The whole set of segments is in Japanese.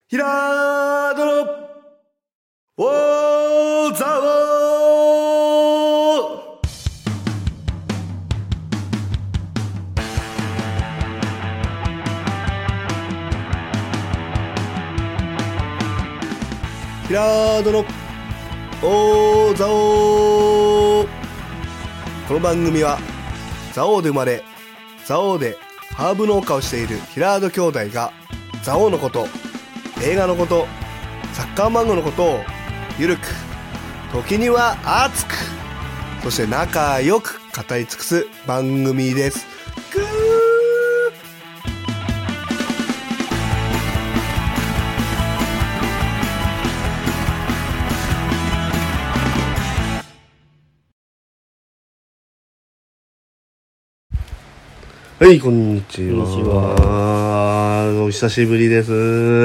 平戸の大沢平戸の大沢。この番組は蔵王で生まれ蔵王でハーブ農家をしている平戸兄弟が蔵王のこと、映画のこと、サッカー漫画のことをゆるく、時には熱く、そして仲良く語り尽くす番組です。はい、こんにちは。 こんにちは。 お久しぶりです。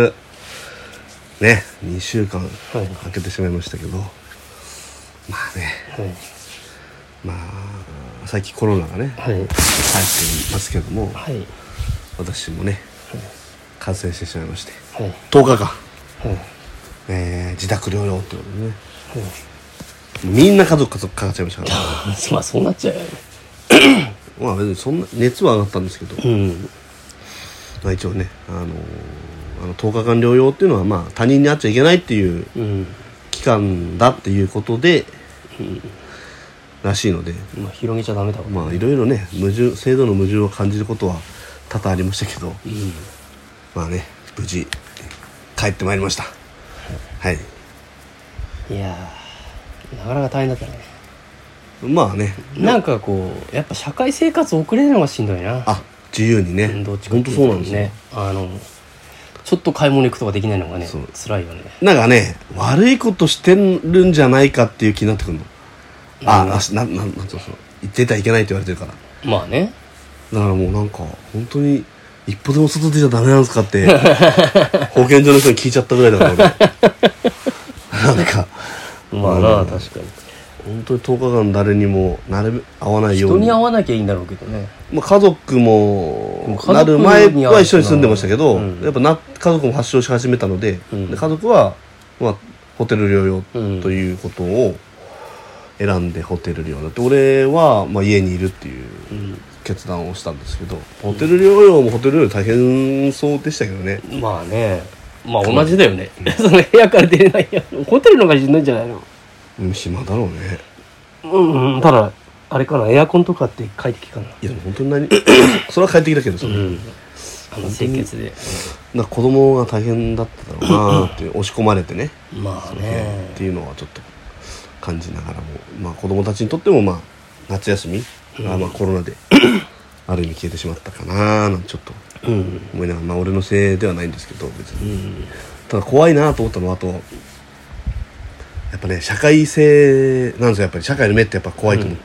ね、2週間空けてしまいましたけど、まあね、まあ最近コロナがね、流行っていますけども、私もね、感染してしまいまして、10日間、自宅療養ってことでね、みんな家族かかっちゃいましたから、 まあそうなっちゃうよね。 まあ別にそんな熱は上がったんですけど、まあ一応ね、10日間療養っていうのはまあ他人に会っちゃいけないっていう期間だっていうことで、らしいので、 まあ広げちゃダメだわ、ね。 まあいろいろね制度の矛盾を感じることは多々ありましたけど、まあね無事帰ってまいりました。はい。 いやー、なかなか大変だったね。 まあね、 なんかこうやっぱ社会生活送れるのがしんどいな。 あ、自由にね、 どっちか本当そうなんですよね。ちょっと買い物行くとかできないのがね、辛いよね。 なんかね、悪いことしてるんじゃないかっていう気になってくるの。なんそう出てはいけないって言われてるから。 まあね。 だからもうなんか本当に一歩でも外出ちゃダメなんですかって保健所の人に聞いちゃったぐらいだから俺。なんかまあな、確かに。 本当に10日間誰にもなるべく会わないように。 人に会わなきゃいいんだろうけどね。 まあ、家族もなる前は一緒に住んでましたけど、やっぱ家族も発症し始めたので、で家族は、まあ、ホテル療養ということを選んでホテル療養だって、俺は、まあ、家にいるっていう決断をしたんですけど、ホテル療養もホテル療養大変そうでしたけどね。 まあね、まあ同じだよね。その部屋から出れないやホテルの方がしんどいんじゃないの。 暇だろうね。 ただあれかな、エアコンとかって快適かな。 いやでも本当にそれは快適だけどさ、 清潔で、 なんか子供が大変だっただろうなって押し込まれてね、 まあねっていうのはちょっと感じながらも、まあ子供たちにとってもまあ夏休みがまあコロナである意味消えてしまったかななんてちょっと思いながら、まあ俺のせいではないんですけど別に、ただ怖いなと思ったのは、あとやっぱね社会性なんですよ。やっぱり社会の目ってやっぱ怖いと思って、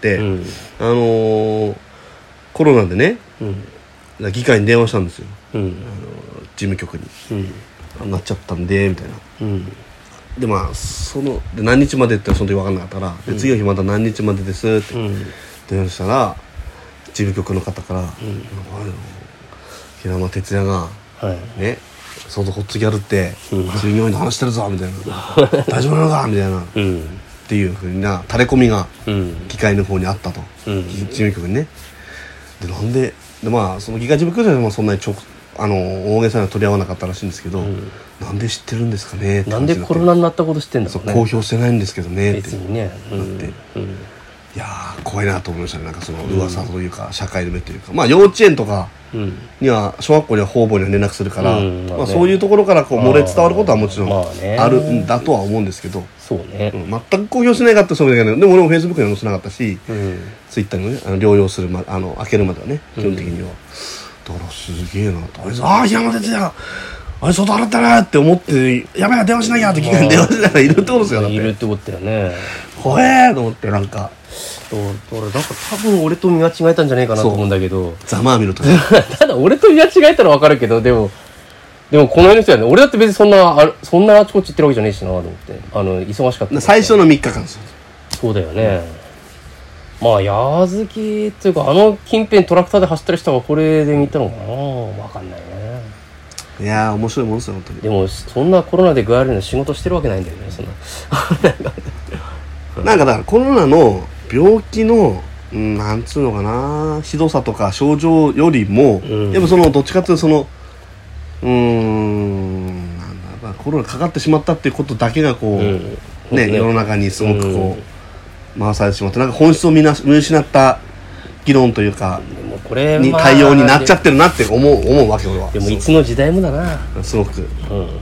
コロナでね、議会に電話したんですよ、事務局に、なっちゃったんでみたいな、でまあで何日までってその時分かんなかったから、で次の日また何日までですって電話したら、事務局の方から平間哲也が、ね外ほっつきあるって従業員と話してるぞみたいな大丈夫なのかみたいな、っていうふうな垂れ込みが議会の方にあったと、事務局にね。でなんでまあその議会事務局ではそんなに大げさには取り合わなかったらしいんですけど、なんで知ってるんですかねって。 なんでコロナになったこと知ってんだろうね。 公表してないんですけどねって別にね、 なって、いやー怖いなと思いましたね。なんかその噂というか、社会の目というか、まあ幼稚園とかには、小学校には方々には連絡するから、まあそういうところからこう漏れ伝わることはもちろんあるんだとは思うんですけど、 そうね、 全く公表しないかってそうだけど、でも俺もフェイスブックには載せなかったし、ツイッターにもね療養する開けるまではね基本的には、だからすげえなと、あい平間哲也あれ外洗ったなって思って、やばい電話しなきゃって機械に電話しながらいるってことですよ。だっているってことだよね。 怖えと思って、なんか俺なんか多分俺と見間違えたんじゃねえかなと思うんだけど、 ざまあみろとかただ俺と見間違えたら分かるけど、でもこの辺の人やね。俺だって別にそんなあちこち行ってるわけじゃねえしなと思って、忙しかった。 最初の3日間ですよ。 そうだよね、まあ矢好きっていうか、近辺トラクターで走ったりしたからこれで見たのかな、分かんないね。 いやー面白いもんですよ本当に。 でもそんなコロナで具合悪いの仕事してるわけないんだよね、そんななんかだからコロナの病気のなんつうのかな、ひどさとか症状よりも、やっぱそのどっちかっていうとそのなんだコロナかかってしまったっていうことだけがこう、ね、世の中にすごくこう、回されてしまって、なんか本質を見失った議論というかでもこれ、 に対応になっちゃってるなって思うわけ俺は。 でもいつの時代もだな、 すごく、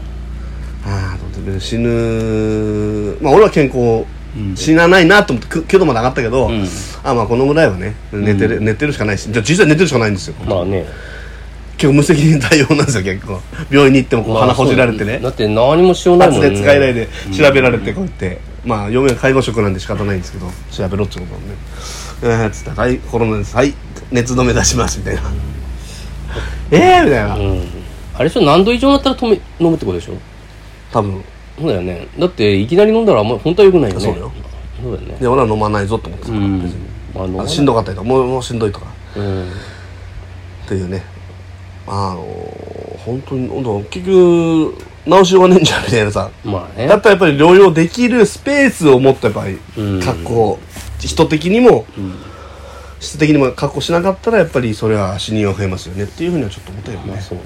死ぬ、まあ俺は健康、死なないなと思ってけどまで上がったけど、まあこのぐらいはね寝てるしかないし、じゃあ実際寝てるしかないんですよ。 まあね、 結構無責任対応なんですよ。結構病院に行ってもこう鼻ほじられてね、 だって何もしようないもんね。 発熱外来で調べられてこうやって、まあ嫁は介護職なんで仕方ないんですけど調べろってことなんで、つったらはいコロナです、はい熱止め出しますみたいなみたいな、 あれでしょ、何度以上になったら飲むってことでしょ多分。 そうだよね。だっていきなり飲んだら本当は良くないよね。 そうだよ。 そうだよね。 で俺は飲まないぞと思ってたから、別に、しんどかったりとかもうしんどいとか、っていうね、本当に結局直しようがねえんじゃんみたいなさ、 まあね、 だったらやっぱり療養できるスペースをもっとやっぱり確保、人的にも、質的にも確保しなかったらやっぱりそれは死人は増えますよねっていうふうにはちょっと思ったよね。 まあそうね。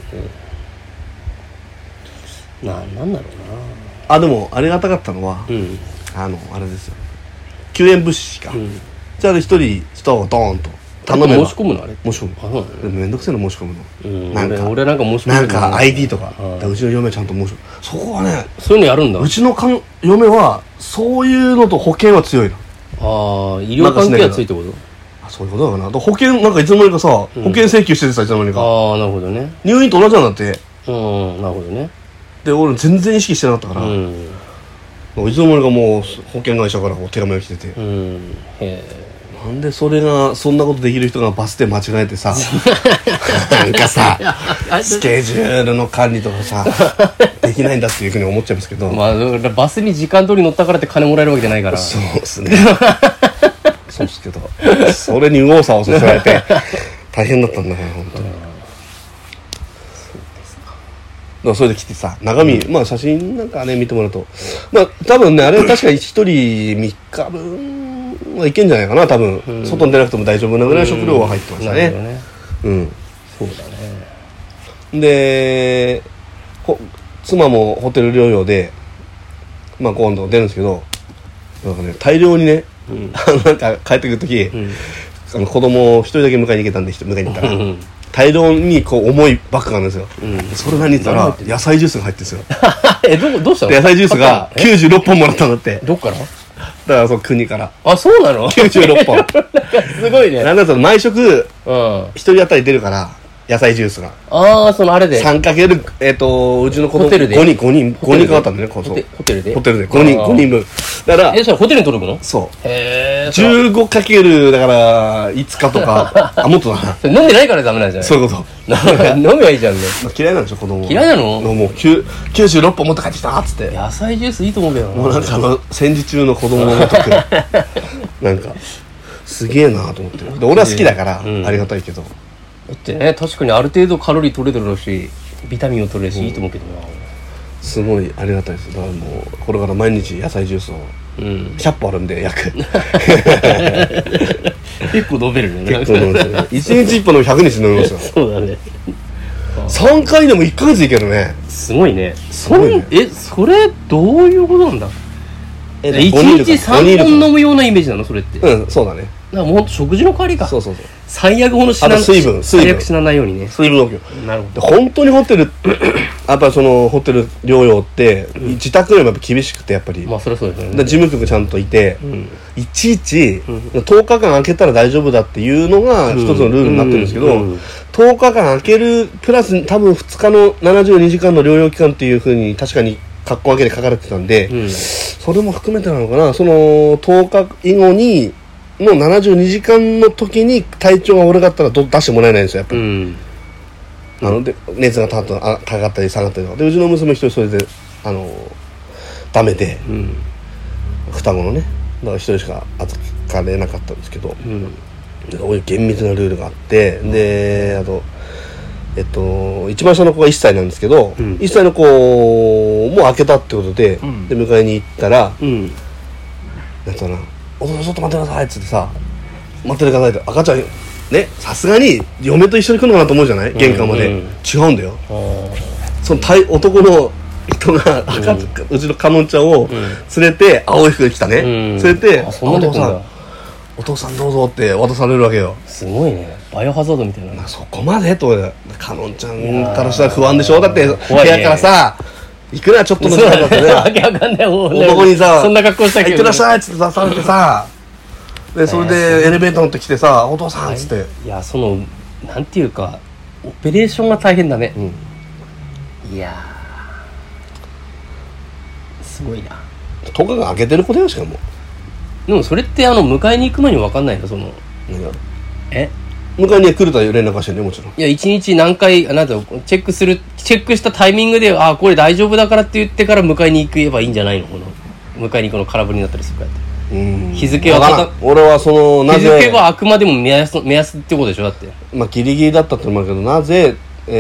なんだろうな。でもありがたかったのは、あれですよ、救援物資か、じゃあ一人人をドーンと頼めば申し込むの、あれ申し込む。でもめんどくせえの申し込むの、 俺なんか申し込むなんか ID とか、うちの嫁ちゃんと申し込む。そこはね、 そういうのやるんだ。 うちの嫁はそういうのと保険は強いの。 医療関係はついてこと。 そういうことだな。保険なんかいつの間にかさ、保険請求しててさ、いつの間にか。 なるほどね。 入院と同じなんだって。 なるほどね。 で俺全然意識してなかったから、いつの間にかもう保険会社からこう手紙が来てて、なんでそれがそんなことできる人がバス停間違えてさなんかさスケジュールの管理とかさできないんだっていうふうに思っちゃいますけど、 まあバスに時間通り乗ったからって金もらえるわけじゃないから。 そうですねそうですけど、それに右往左往させられて大変だったんだから本当に。それで来てさ、中身、まあ写真なんかね見てもらうと、まあ多分ねあれは確かに一人3日分はいけんじゃないかな多分、外に出なくても大丈夫なぐらい食料は入ってましたね。 そうだね。 で妻もホテル療養で、まあ今度出るんですけど、なんかね大量にね、なんか帰ってくる時、子供を一人だけ迎えに行けたんで迎えに行ったら。大量にこう重いバッグがあるんですよ、それ何言ったら野菜ジュースが入ってるんですよどうしたの。 野菜ジュースが96本もらったんだって。 どっから。 だからその国から。 そうなの。 96本すごいね。 なんだったら毎食一人当たり出るから野菜ジュースがそのあれで 3× うちの子供ホテルで 5人かかったんだね。 ホテルで 5人分だからそれホテルに取るの。 そうへえ。 15× だから5日とかもっとだな。 それ飲んでないからダメなんじゃない。 そういうこと飲めばいいじゃんね。 嫌いなんでしょ子供。 嫌いなの。 もう96本持って帰ってきたっつって。 野菜ジュースいいと思うけどな。 もうなんか戦時中の子供のごとくなんかすげえなと思って。で俺は好きだからありがたいけど、 だってね、確かにある程度カロリー取れてるしビタミンを取れるし、いいと思うけどな。 すごいありがたいです。だからもうこれから毎日野菜ジュースを100本あるんで約結構飲めるね。 結構飲めますね。1日1本でも100日飲みますよ。 そうだね。 3回でも1ヶ月いけるね。 すごいね。 すごいね。 それどういうことなんだ。1日3本飲むようなイメージなのそれって。 そうだね。 だからもうほんと食事の代わりか。 そう最悪の水分最悪死なないようにね。 水分補給。 なるほど。 本当にホテルやっぱりそのホテル療養って自宅よりもやっぱ厳しくてやっぱり。 まあそれはそうですよね。 事務局ちゃんといて、いちいち10日間空けたら大丈夫だっていうのが一つのルールになってるんですけど、10日間空けるプラス多分2日の72時間の療養期間っていうふうに確かに括弧分けで書かれてたんで、それも含めてなのかな。その10日以後にの72時間の時に体調が悪かったら出してもらえないんですよやっぱり。で熱が高かったり下がったりとかで、うちの娘一人それでダメで、双子のねだから一人しか預かれなかったんですけど、そういう厳密なルールがあって、であと一番下の子が1歳なんですけど、1歳の子も開けたってことで、で迎えに行ったら、なんかな、お父さんちょっと待ってくださいっつってさ、待っててくださいって赤ちゃんね、さすがに嫁と一緒に来るのかなと思うじゃない、玄関まで、違うんだよ。その男の人がうちのカノンちゃんを連れて、青い服で来たね、連れて、お父さんどうぞって渡されるわけよ。 すごいね、バイオハザードみたいな。 そこまでとカノンちゃんからしたら不安でしょ。だって部屋からさ、いくらちょっとの時間だってね、 わけわかんない男にさ、 そんな格好したけど、 行ってらっしゃいっつって出されてさ、でそれでエレベーター乗ってきてさ、お父さんっつって、 いや、そのなんていうかオペレーションが大変だね。いやすごいな。 10日が開けてる子だよ。しかもでもそれって迎えに行く前に分かんないの？その迎えに来るとは連絡はしてね、もちろん。 いや、1日何回なんだろう、チェックしたタイミングで、あ、これ大丈夫だからって言ってから迎えに行けばいいんじゃないの？この迎えに行くの空振りになったりするからって。日付は俺はそのなぜ日付はあくまでも目安ってことでしょ。だってまあギリギリだったと思うけど、なぜ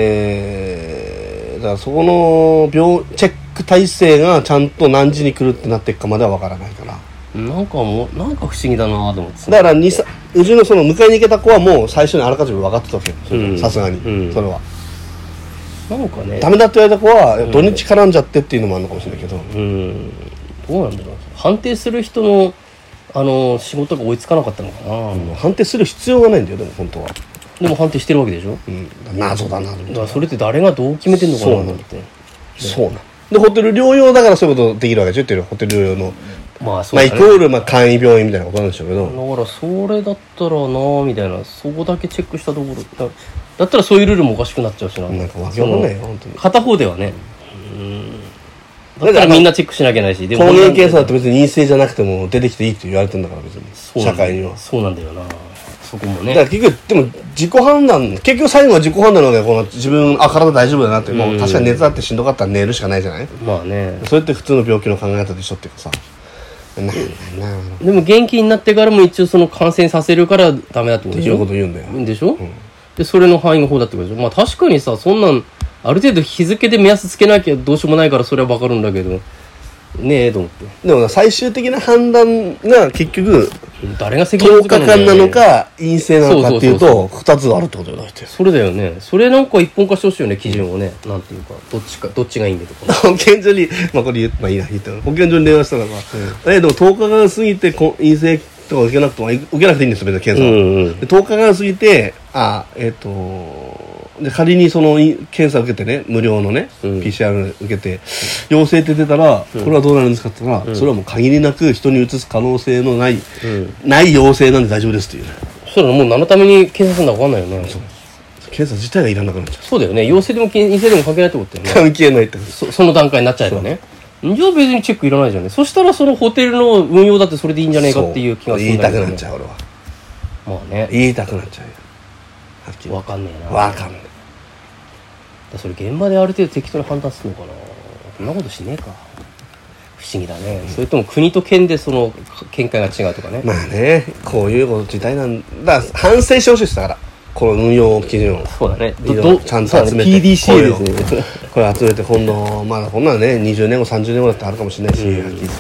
だからそこのチェック体制がちゃんと何時に来るってなっていくかまでは分からないから、 なんか不思議だなと思って。 だからうちのその迎えに行けた子はもう最初にあらかじめ分かってたわけよ、さすがに、それはなんかね、 ダメだって言われた子は土日絡んじゃってっていうのもあるのかもしれないけど、 どうなんだろう、判定する人の仕事が追いつかなかったのかな。 判定する必要がないんだよ、でも本当は。 でも判定してるわけでしょ。 謎だな。だからそれって誰がどう決めてんのかなと思って。 そうなんで、ホテル療養だからそういうことできるわけでしょ。言ってるホテル療養のそうだね、 イコール簡易病院みたいなことなんでしょうけど、 だからそれだったらなみたいな、そこだけチェックしたところだったらそういうルールもおかしくなっちゃうしな。 なんかわけわかんないよ本当に。 片方ではね、だったらみんなチェックしなきゃないし、 でも抗原検査だって別に陰性じゃなくても出てきていいって言われてるんだから、別に社会には。 そうなんだよな、そこもね。 だから結局でも自己判断、結局最後は自己判断なので、この自分体大丈夫だなって、もう確かに熱あってしんどかったら寝るしかないじゃない。 まあね、 それって普通の病気の考え方でしょっていうかさ。でも元気になってからも一応その感染させるからダメだってことでしょ。 いうこと言うんだよ。 でしょ、でそれの範囲の方だってことでしょ。まあ確かにさ、そんなんある程度日付で目安つけなきゃどうしようもないから、それは分かるんだけどねえと思って。 でも最終的な判断が結局誰が責任 10日間なのか陰性なのかっていうと2つあるってことだよ。 それだよね。それなんか一本化してほしいよね、基準をね。なんていうかどっちがいいんだとか。 保健所にこれいいな言って保健所に電話したらば、でも10日間過ぎて陰性とか受けなくても受けなくていいんですよ、別に検査は。で10日間過ぎてで仮にその検査を受けてね、無料のね、PCR 受けて陽性って出たら、これはどうなるんですかって言ったら、それはもう限りなく人に移す可能性のない陽性なんで大丈夫ですっていうね。 そしたらもう何のために検査するのか分かんないよね。 検査自体がいらなくなっちゃう。 そうだよね。陽性でも陰性でも関係ないってことだよね。 関係ないってその段階になっちゃえばね。じゃあ別にチェックいらないじゃんね。そしたらそのホテルの運用だってそれでいいんじゃねえかっていう気がするんだけど、ね、 言いたくなっちゃう俺は。 まあね、 言いたくなっちゃうよ。はっきり分かんねえな。 分かんない。 それ現場である程度適当に判断するのかな。そんなことしねえか。不思議だね。それとも国と県でその見解が違うとかね。 まあね、こういうこと自体なんだ。反省してほしいですだから、この運用基準を。 そうだね。 ちゃんと集めて、 PDCA ですね。 これ集めて今度まだこんなのね、20年後30年後だってあるかもしれないし、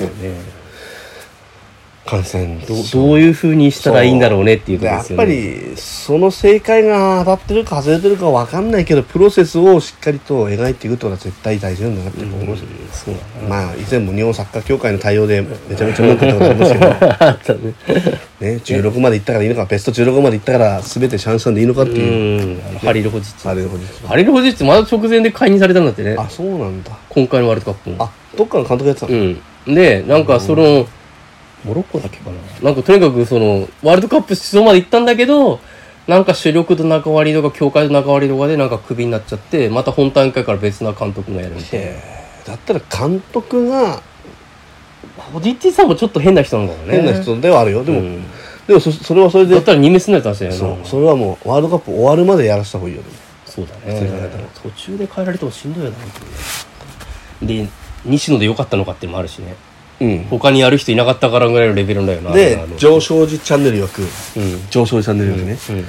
感染どういう風にしたらいいんだろうねっていうことですよね。 やっぱりその正解が当たってるか外れてるか分かんないけど、プロセスをしっかりと描いていくってことは絶対大事なんだなって思います。 そうだね。 まあ以前も日本サッカー協会の対応でめちゃめちゃ文句言ったことありますけどね、16まで行ったからいいのか、ベスト16まで行ったから全てシャンシャンでいいのかっていう、 ハリルホジッチ。 ハリルホジッチまだ直前で解任されたんだってね。 あ、そうなんだ。 今回のワールドカップも。 あ、どっかの監督やってたの。 でなんかそのモロッコだっけかな、なんかとにかくそのワールドカップ出場まで行ったんだけど、なんか主力と仲割りとか協会と仲割りとかでなんかクビになっちゃって、また本大会から別な監督がやるみたいな。 だったら監督がホジッチさんもちょっと変な人なんだよね。 変な人ではあるよ。でもそれはそれでだったら2名すんのやつなんですよね。 それはもうワールドカップ終わるまでやらせた方がいいよね。 そうだね。途中で変えられてもしんどいよな。で西野で良かったのかっていうのもあるしね。他にやる人いなかったからぐらいのレベルだよな。 で上昇寺チャンネルよく、上昇寺チャンネルよくね、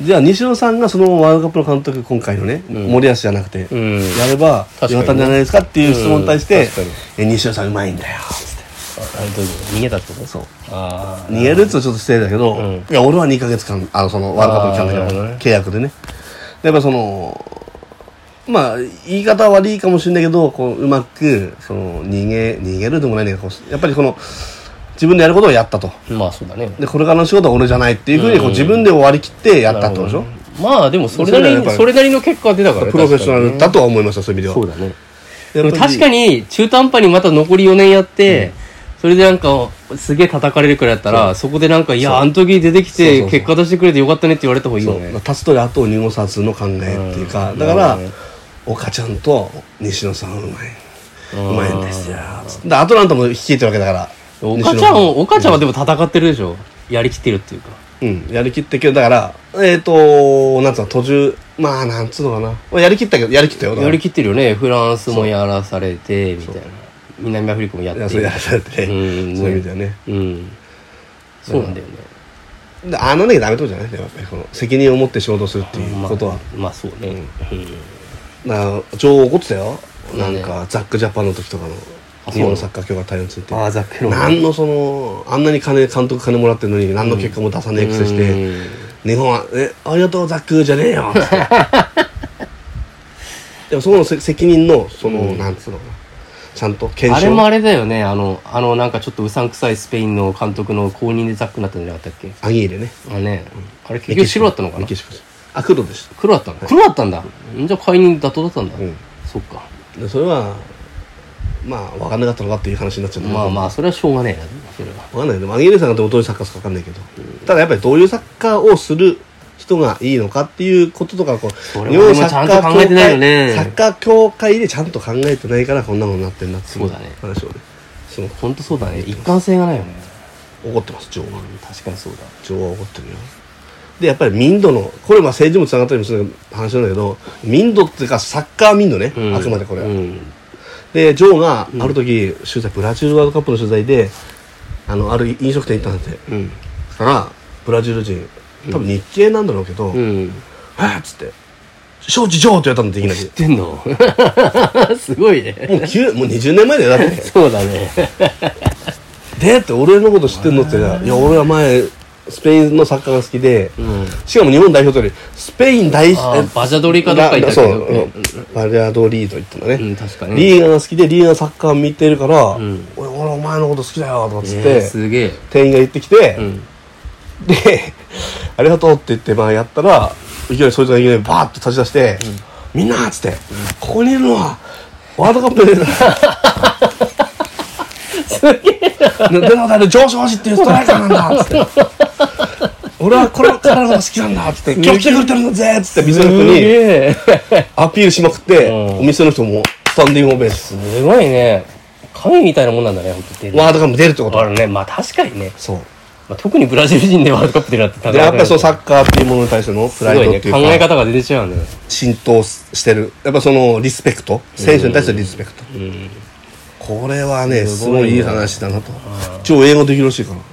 じゃあ西野さんがそのワールドカップの監督今回のね、森保じゃなくて、やればよかったんじゃないですかっていう質問に対して、西野さんうまいんだよつって逃げたってこと？ そう逃げるってちょっと失礼だけど、いや俺は2ヶ月間そのワールドカップに来たんだけど、契約でね。やっぱそのまあ言い方は悪いかもしれないけど、こううまくその逃げるでもないんだけど、やっぱりこの自分でやることをやったと。 まあそうだね。 でこれからの仕事は俺じゃないっていうふうにこう自分で終わりきってやったってことでしょ。 まあでもそれなりの結果が出たからね。 プロフェッショナルだとは思いました、そういう意味では。 そうだね。でも確かに中途半端にまた残り4年やって、それでなんかすげえ叩かれるくらいやったら、そこでなんかいやあの時出てきて結果出してくれてよかったねって言われた方がいいよね。 立つと後を濁さずの考えっていうか、だから岡ちゃんと西野さんはうまいんですよ。でアトランタも率いてるわけだから。 岡ちゃんはでも戦ってるでしょ。やりきってるっていうか。 やりきってるけど、だからなんつうの途中まあなんつうのかな、やりきったよ。やりきってるよね。フランスもやらされてみたいな。南アフリカもやってやらされて、そういう意味ではね。 そうなんだよね。 ダメってことじゃない？やっぱりこの責任を持って仕事するっていうことは。 まあそうね。 だから超怒ってたよ。なんかザックジャパンの時とかの日本サッカー協会対応について。 ザックの。 何のそのあんなに監督金もらってるのに何の結果も出さねえくせして、日本はありがとうザックじゃねえよ。でもそこの責任のそのなんつうのかな。ちゃんと検証。 あれもあれだよね。なんかちょっとうさんくさいスペインの監督の後任でザックになったんじゃなかったっけ？ アギーレね。 あれ結局白だったのかな？ 黒でした。 黒だったの？黒だったんだ。じゃあ解任妥当だったんだ。そっか。 それはまあ分かんなかったのかっていう話になっちゃう。 まあそれはしょうがねえな。それは分かんない。でもアギーレさんがどういうサッカーすか分かんないけど、ただやっぱりどういうサッカーをする人がいいのかっていうこととか、こう日本サッカー協会、 サッカー協会でちゃんと考えてないからこんなのになってんなっていう話をね。 本当そうだね。一貫性がないよね。 怒ってます、女王は。 確かにそうだ。 女王は怒ってるよ。でやっぱり民度のこれは政治もつながったりもする話なんだけど、民度っていうかサッカー民度ね、あくまでこれは。でジョーがある時取材、ブラジルワールドカップの取材である飲食店行ったんだって。そしたらブラジル人多分日系なんだろうけど、っつって「承知ジョー」って言われたんだっていきなり。 知ってんの？すごいね。 もう20年前だよ、だって。 そうだね。 でって俺のこと知ってんのって、いや俺は前スペインのサッカーが好きで、しかも日本代表とよりスペイン代表、 バジャドリかどっか行ったけど、 バジャドリード行ったのね。 確かに。 リーガが好きでリーガのサッカー見てるから、俺お前のこと好きだよとかっつってすげえ店員が言ってきて、でありがとうって言ってやったら、いきなりそいつがいきなりバーッと立ち出して、みんなっつってここにいるのはワールドカップですげえな上昇時っていうストライカーなんだっつって俺はこれからのが好きなんだっつって今日来てくれてるんだぜっつって店の人にアピールしまくって、お店の人もスタンディングオベーション。 すごいね。神みたいなもんなんだね、本当に。 ワールドカップ出るってことあるね。まあ確かにね。 そう。 特にブラジル人でワールドカップ出るってやっぱりそのサッカーっていうものに対してのプライドっていうか、 考え方が出てちゃうね。 浸透してる。やっぱそのリスペクト、選手に対してのリスペクト。これはねすごいいい話だなと。超英語できるらしいから。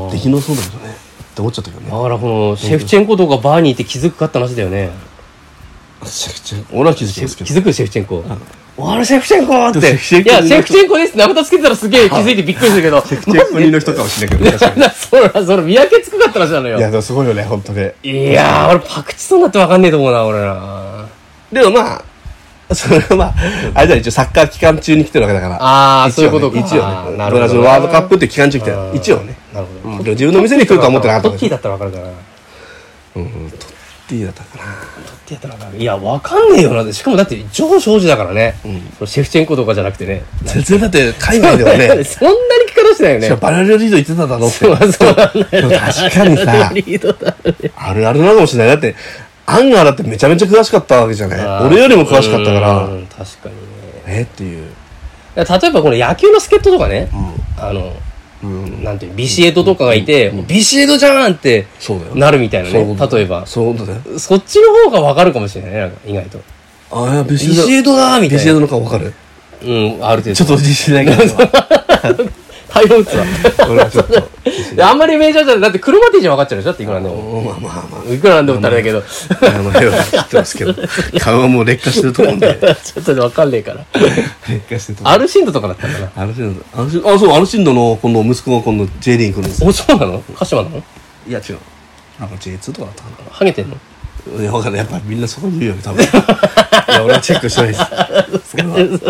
できなそうだけどねって思っちゃったけどね。 だからこのシェフチェンコとかバーにいて気づくかって話だよね。 シェフチェンコ、俺は気づきますけど。 気づくシェフチェンコ。あれシェフチェンコって。いやシェフチェンコですって名札つけたらすげえ気づいてびっくりするけど。 シェフチェンコ人の人かもしれないけど。 それ見分けつくかった話なのよ。 いやでもすごいよね本当に。 いや俺パクチそうになって分かんねえと思うな俺ら。 でもまあそれはあれじゃ一応サッカー期間中に来てるわけだから。 ああそういうことか。 一応ね。ブラジルワールドカップって期間中来てる。一応ね。 なるほど。 自分の店に来るとは思ってなかった。 トッティだったら分かるかな。 トッティだったかな。 トッティだったら分かる。いや分かんねえよな。しかもだってジョー・ショージだからね。シェフチェンコとかじゃなくてね。 全然だって海外ではね。 そんなに聞かなしてないよね。 しかもバラリオリード言ってただろって。 そうなんだよ。 確かにさ。あるあるなのかもしれない。だってアンガーだってめちゃめちゃ詳しかったわけじゃない。俺よりも詳しかったから。 確かにね。 っていう。 例えばこの野球の助っ人とかね。なんていうビシエドとかがいて、ビシエドじゃんってなるみたいなね。例えば。 そうだね。 そっちの方が分かるかもしれないね。なんか意外と。 ああ、ビシエドだみたいな。 ビシエドの顔分かる？ ある程度。 ちょっと自信ないけど。 タイム打つわ。 俺はちょっとあんまりメジャーじゃない。だって車ティーじゃ分かっちゃうでしょだっていくらなんでも。 まあまあまあいくらなんでもってあれだけど。 絵は知ってますけど顔はもう劣化してると思うんでちょっと分かんねえから。 劣化してると思う。 アルシンドとかだったんだな。 アルシンド、そうアルシンドの今度息子が今度 J リーグ来るんですよ。 お、そうなの鹿島なの？ いや違う、なんか J2 とかだったかハゲてんの？ な。いや分かんない、やっぱみんなそう言うよね多分。いや俺はチェックしてないです。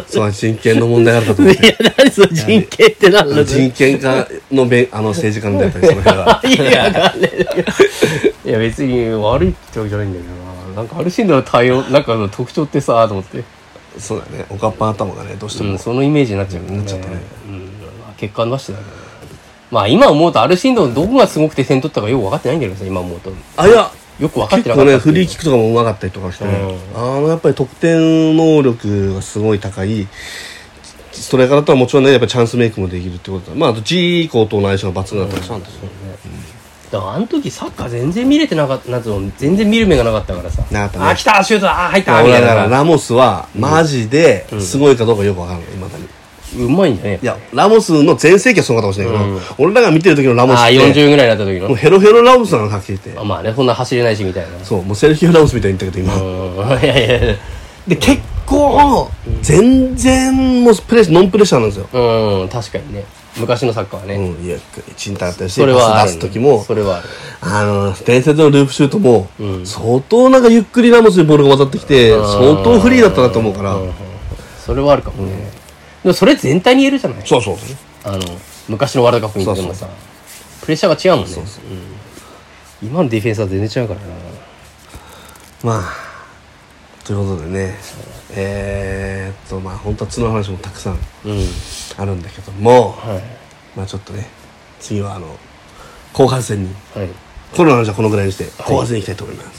そう人権の問題あるかと思っいや、 て。 何それ人権って何なの？ 人権家の政治家のやっぱりその辺はいや、わかんねえ。いや、別に悪いってわけじゃないんだけどな。なんかアルシンドの対応、なんかの特徴ってさ、と思って。 そうだね、おかっぱ頭がねどうしても、 そのイメージになっちゃう、 なっちゃったね。 結果出してだけどね。まあ今思うとアルシンドのどこがすごくて点取ったかよく分かってないんだけどさ、今思うと。 あ、いやよく分かってなかった結構ね、フリーキックとかも上手かったりとかしてね、やっぱり得点能力がすごい高いストライカーだったらもちろんね、やっぱりチャンスメイクもできるってことだ。まああと G コーとの相性が抜群だったりしたんですよ。 だからあの時サッカー全然見れてなかった、なんつうの、全然見る目がなかったからさ。 なかったね。 来たシュートだ、入ったみたいな。 だからラモスはマジですごいかどうかよくわからない、未だに。 うまいんじゃねえ。 いや、ラモスの全盛期はすごかったかもしれないけど、俺らが見てる時のラモスって 40ぐらいになった時の。 もうヘロヘロラモスなのかっきり言って。 まあね、そんな走れないしみたいな。 そう、もうセルヒオラモスみたいに言ったけど今。 いやいやいや。 で結構全然もうノンプレッシャーなんですよ。 確かにね。昔のサッカーはね。 いや、チンタだったりして、 それはパス出す時も、 それはある。 伝説のループシュートも、相当なんかゆっくりラモスにボールが渡ってきて、相当フリーだったなと思うから。 それはあるかもね。でもそれ全体に言えるじゃない。 そうそう。 昔のワールドカップ見てもさ、プレッシャーが違うもんね。今のディフェンスは全然違うからな。 まあ、ということでね、まあ本当は角の話もたくさんあるんだけども、まあちょっとね、次は後半戦に、コロナのじゃこのぐらいにして後半戦に行きたいと思います。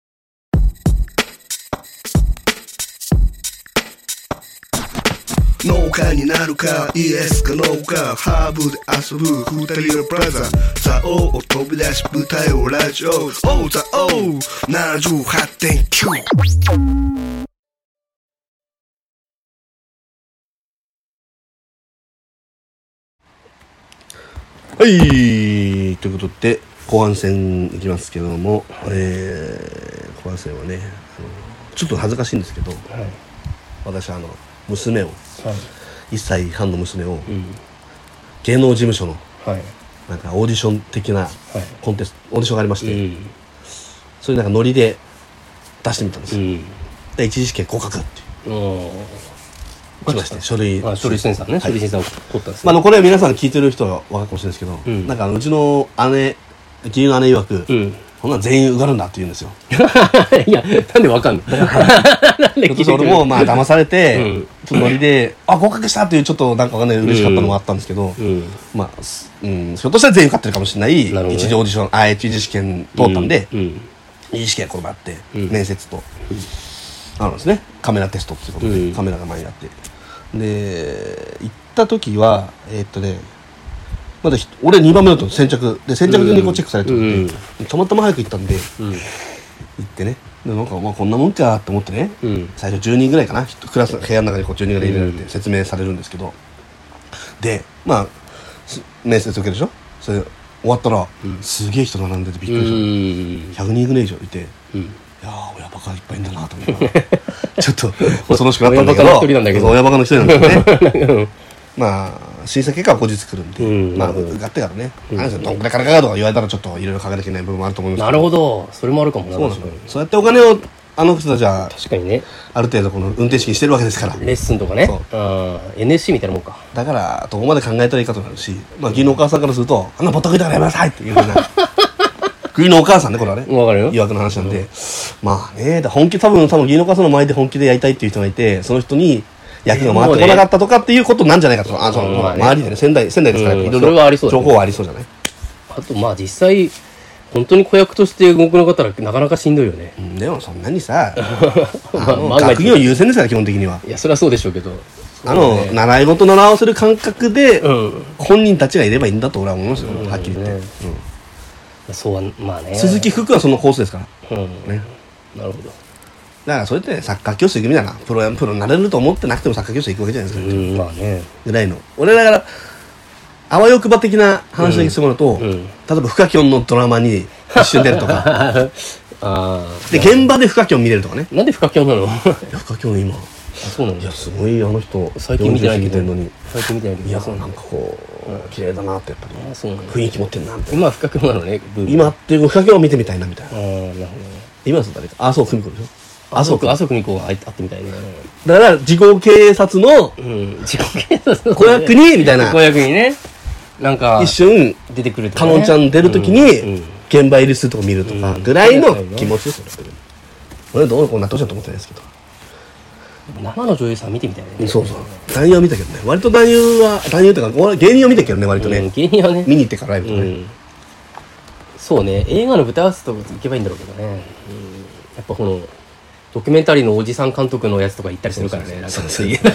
農家になるかイエスかノーかハーブで遊ぶ二人のブラザーザオを飛び出し舞台をラジオザオ 78.9 はい、ということで後半戦いきますけども、後半戦はねちょっと恥ずかしいんですけど、私娘を、1歳半の娘を、芸能事務所の、なんかオーディション的なコンテスト、オーディションがありまして、それなんかノリで出してみたんですよ、で一次試験合格っていう来まして、書類審査ね、書類審査を取ったんですね。これは皆さん聞いてる人は分かるかもしれないですけど、なんかうちの姉、義理の姉曰く、こんなん全員受かるんだって言うんですよ。 いや、なんでわかんの？ 俺もまあ騙されて、ちょっとノリで、合格したっていうちょっとなんかわかんない嬉しかったのもあったんですけど、まあ、ひょっとしたら全員受かってるかもしれない、一次オーディション、一次試験通ったんで、二次試験これもあって、面接と、あるんですね。カメラテストっていうことで、カメラが前にあって。で、行った時は、まだ俺2番目だったの先着で先着順にこうチェックされてるんで、たまたま早く行ったんで、行ってね、でなんかまあこんなもんかって思ってね、最初10人ぐらいかな、クラス部屋の中にこう10人ぐらい入れられて説明されるんですけど、でまあ面接受けるでしょ。それ終わったら、すげえ人並んでてびっくりした。100人ぐらい以上いて、いやー親バカいっぱいいんだなと思ってちょっと恐ろしくなったんだけど、親バカの一人なんですよね。まあ審査結果は後日来るんで、まあ受かってからね、どんくらい金かとか言われたらちょっといろいろ書かなきゃいけない部分もあると思いますけど。なるほど、それもあるかもな。 そうやってお金をあの人たちは確かにね、 ある程度この運転資金してるわけですから、 レッスンとかね、NSC みたいなもんか。 だからどこまで考えたらいいかとなるし、まあ義理のお母さんからするとあんなぼったくりだからやめなさいっていうふうな義理のお母さんね、これはね、 分かるよ、 疑惑の話なんで、まあね、本気多分義理のお母さんの前で本気でやりたいっていう人がいて、その人に役が回ってこなかったとかっていうことなんじゃないかと。周りでね、仙台ですからいろいろ情報はありそうじゃない。 あとまあ実際本当に子役として動くの方はなかなかしんどいよね。 でもそんなにさ学業優先ですから基本的には。 いやそれはそうでしょうけど、 習い事習わせる感覚で本人たちがいればいいんだと俺は思いますよ、はっきり言って。 そうはまあね、 鈴木福はそのコースですからね。 なるほど。 だからそれってサッカー教室行くみたいな、プロになれると思ってなくてもサッカー教室行くわけじゃないですか。 まあね。 ぐらいの。俺だからあわよくば的な話だけしてもらうと、例えばフカキョンのドラマに一瞬出るとかで現場でフカキョン見れるとかね。 なんでフカキョンなの？ フカキョン今そうなんだ。 いやすごいあの人最近見てないけど 40過ぎてんのに最近見てないけどいやなんかこう綺麗だなってやっぱりそうなんだ。 雰囲気持ってんなみたいな。 今はフカキョンなのね。 今っていうフカキョンを見てみたいなみたいな。 なるほど。 今そう誰か麻生久美子でしょ。 麻生久美子が会ってみたいね。 だから自己警察の自己警察の子役にみたいな子役にね、なんか一瞬出てくるとかのんちゃん出るときに現場入りするとこ見るとかぐらいの気持ちですよね。俺どうこうなってほしいと思ってないですけど。 生の女優さん見てみたいね。 そうそう男優は見たけどね。割と男優っていうか俺芸人を見たけどね割とね。 芸人はね見に行ってからライブとね。 そうね、映画の舞台合わせとか行けばいいんだろうけどね。やっぱこのドキュメンタリーのおじさん監督のやつとか行ったりするからね。なんかそういう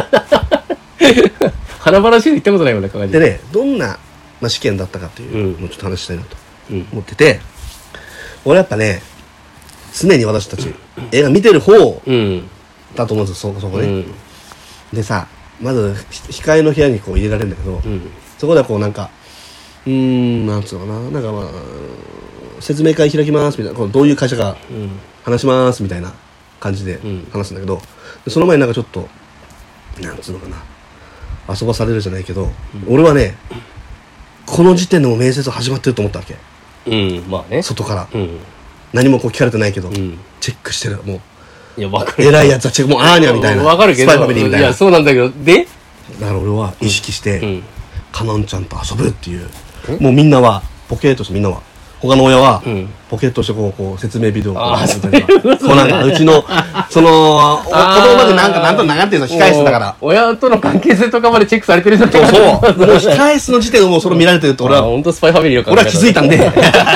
華々しいの行ったことないような感じでね、どんな試験だったかっていうのをちょっと話したいなと思ってて、俺やっぱね常に私たち映画見てる方だと思うんですよ、そこね。でさ、まず控えの部屋にこう入れられるんだけど、そこでこうなんかなんつうのかな、なんかまあ説明会開きますみたいな、こうどういう会社か話しますみたいな感じで話すんだけど、その前になんかちょっとなんつうのかな、遊ばされるじゃないけど、俺はねこの時点でも面接始まってると思ったわけ。 まあね、 外から何もこう聞かれてないけどチェックしてる。もういやわかる、 偉いやつはチェック、もうアーニャみたいな、 わかるけど、 スパイファミリーみたいな。 いやそうなんだけど、でだから俺は意識してかのんちゃんと遊ぶっていう。もうみんなはポケーとして、みんなは他の親はポケットしてこう説明ビデオをこうみたいな、こうなんかうちのその子供までなんと長っていうの控え室だから、 親との関係性とかまでチェックされてるじゃん。 そうもう控え室の時点でもうそれ見られてると俺は本当スパイファミリーの俺は気づいたんで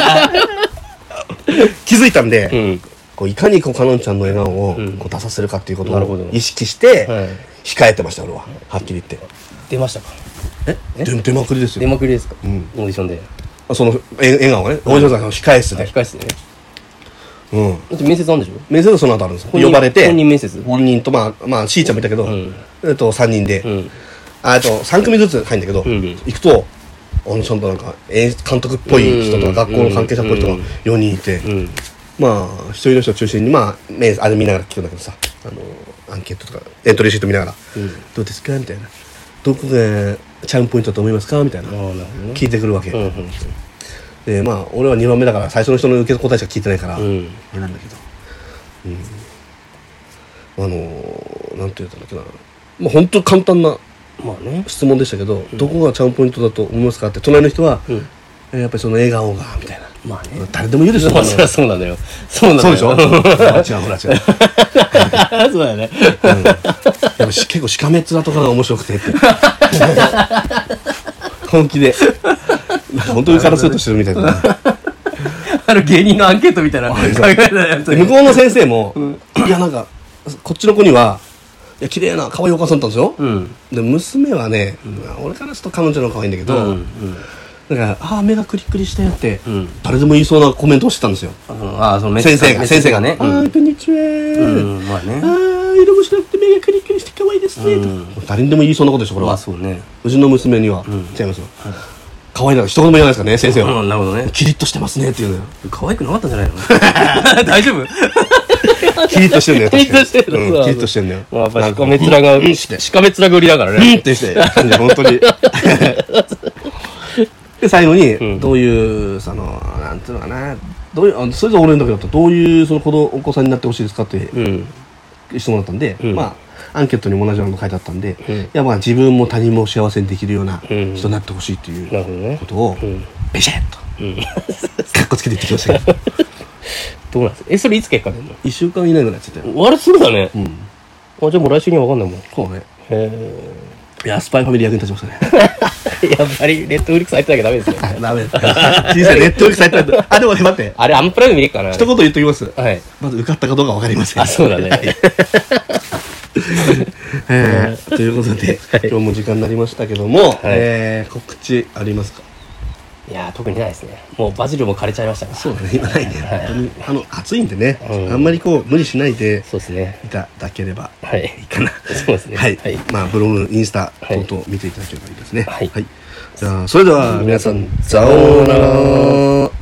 気づいたんで、こういかにこうかのんちゃんの笑顔をこう出させるかっていうことを意識して控えてました俺は。はっきり言って出ましたか？ 出まくりですよ。 出まくりですか？オーディションでその笑顔がね、オーディションさんの控え室で控え室でね。 だって面接あるんでしょ？ 面接はその後あるんですよ。呼ばれて本人面接、 本人とまあしーちゃんもいたけど3人であと3組ずつ入るんだけど、行くとちゃんとなんか監督っぽい人とか学校の関係者っぽい人が4人いて、まあ一人の人を中心にあれ見ながら聞くんだけどさ、アンケートとかエントリーシート見ながらどうですかみたいな、どこがチャームポイントだと思いますかみたいな聞いてくるわけ。でまあ俺は2番目だから最初の人の受け答えしか聞いてないからあれなんだけど、なんて言ったんだっけな、まあ本当簡単な質問でしたけど、どこがチャームポイントだと思いますかって、隣の人はやっぱりその笑顔がみたいな、まあね誰でも言うでしょ。 まあそりゃそうなんだよ。そうなんだよ。 そうでしょ。違うほら違うそうだよね。 やっぱ結構しかめっ面とかが面白くて本気で本当にからするとしてるみたいな芸人のアンケートみたいな考えたやつ。 向こうの先生もいやなんかこっちの子にはいや綺麗な可愛いお母さんだったんですよ。で娘はね、俺からすると彼女の可愛いんだけど、だから目がクリクリしたよって誰でも言いそうなコメントをしてたんですよ。その先生がね、こんにちは、まあね、色も白くて目がクリクリして可愛いですねと誰にでも言いそうなことでしょこれは。うちの娘には違いますよ。可愛いなら一言も言わないですからね先生は。なるほどね。キリッとしてますねっていうのよ。 可愛くなかったんじゃないの？大丈夫？ キリッとしてるんだよ。 キリッとしてる。 キリッとしてるんだよ。 やっぱしかめ面が売りだからね。 ってして本当に。で最後にどういうそのなんていうのかな、どういうそれぞれ俺の時だとどういうそのお子さんになってほしいですかって質問だったんで、まあアンケートにも同じようなの書いてあったんで、いやまあ自分も他人も幸せにできるような人になってほしいっていうことをベシャッとかっこつけて言ってきましたけど。 どうなんですか？それいつ結果出るの ？1週間以内ぐらいちょっと悪そうだね。じゃあもう来週には分かんないもん。 そうね。いやスパイファミリー役に立ちましたね。 やっぱりネットフリックス入ってなきゃダメですね。 ダメです。人生ネットフリックス入ってない。でもね待って。 あれアンプライム見れっかな。 一言言っときます。 はい。 まず受かったかどうかわかりません。 そうだね。 ということで今日も時間になりましたけども、告知ありますか？ いや特にないですね。もうバジルも枯れちゃいましたから。 そうだね、今ないね。本当に暑いんでね、あんまりこう無理しないでいただければいいかな。 そうですね。 はい。まあブログ、インスタ等々見ていただければいいですね。はい。 じゃあそれでは皆さんさようなら。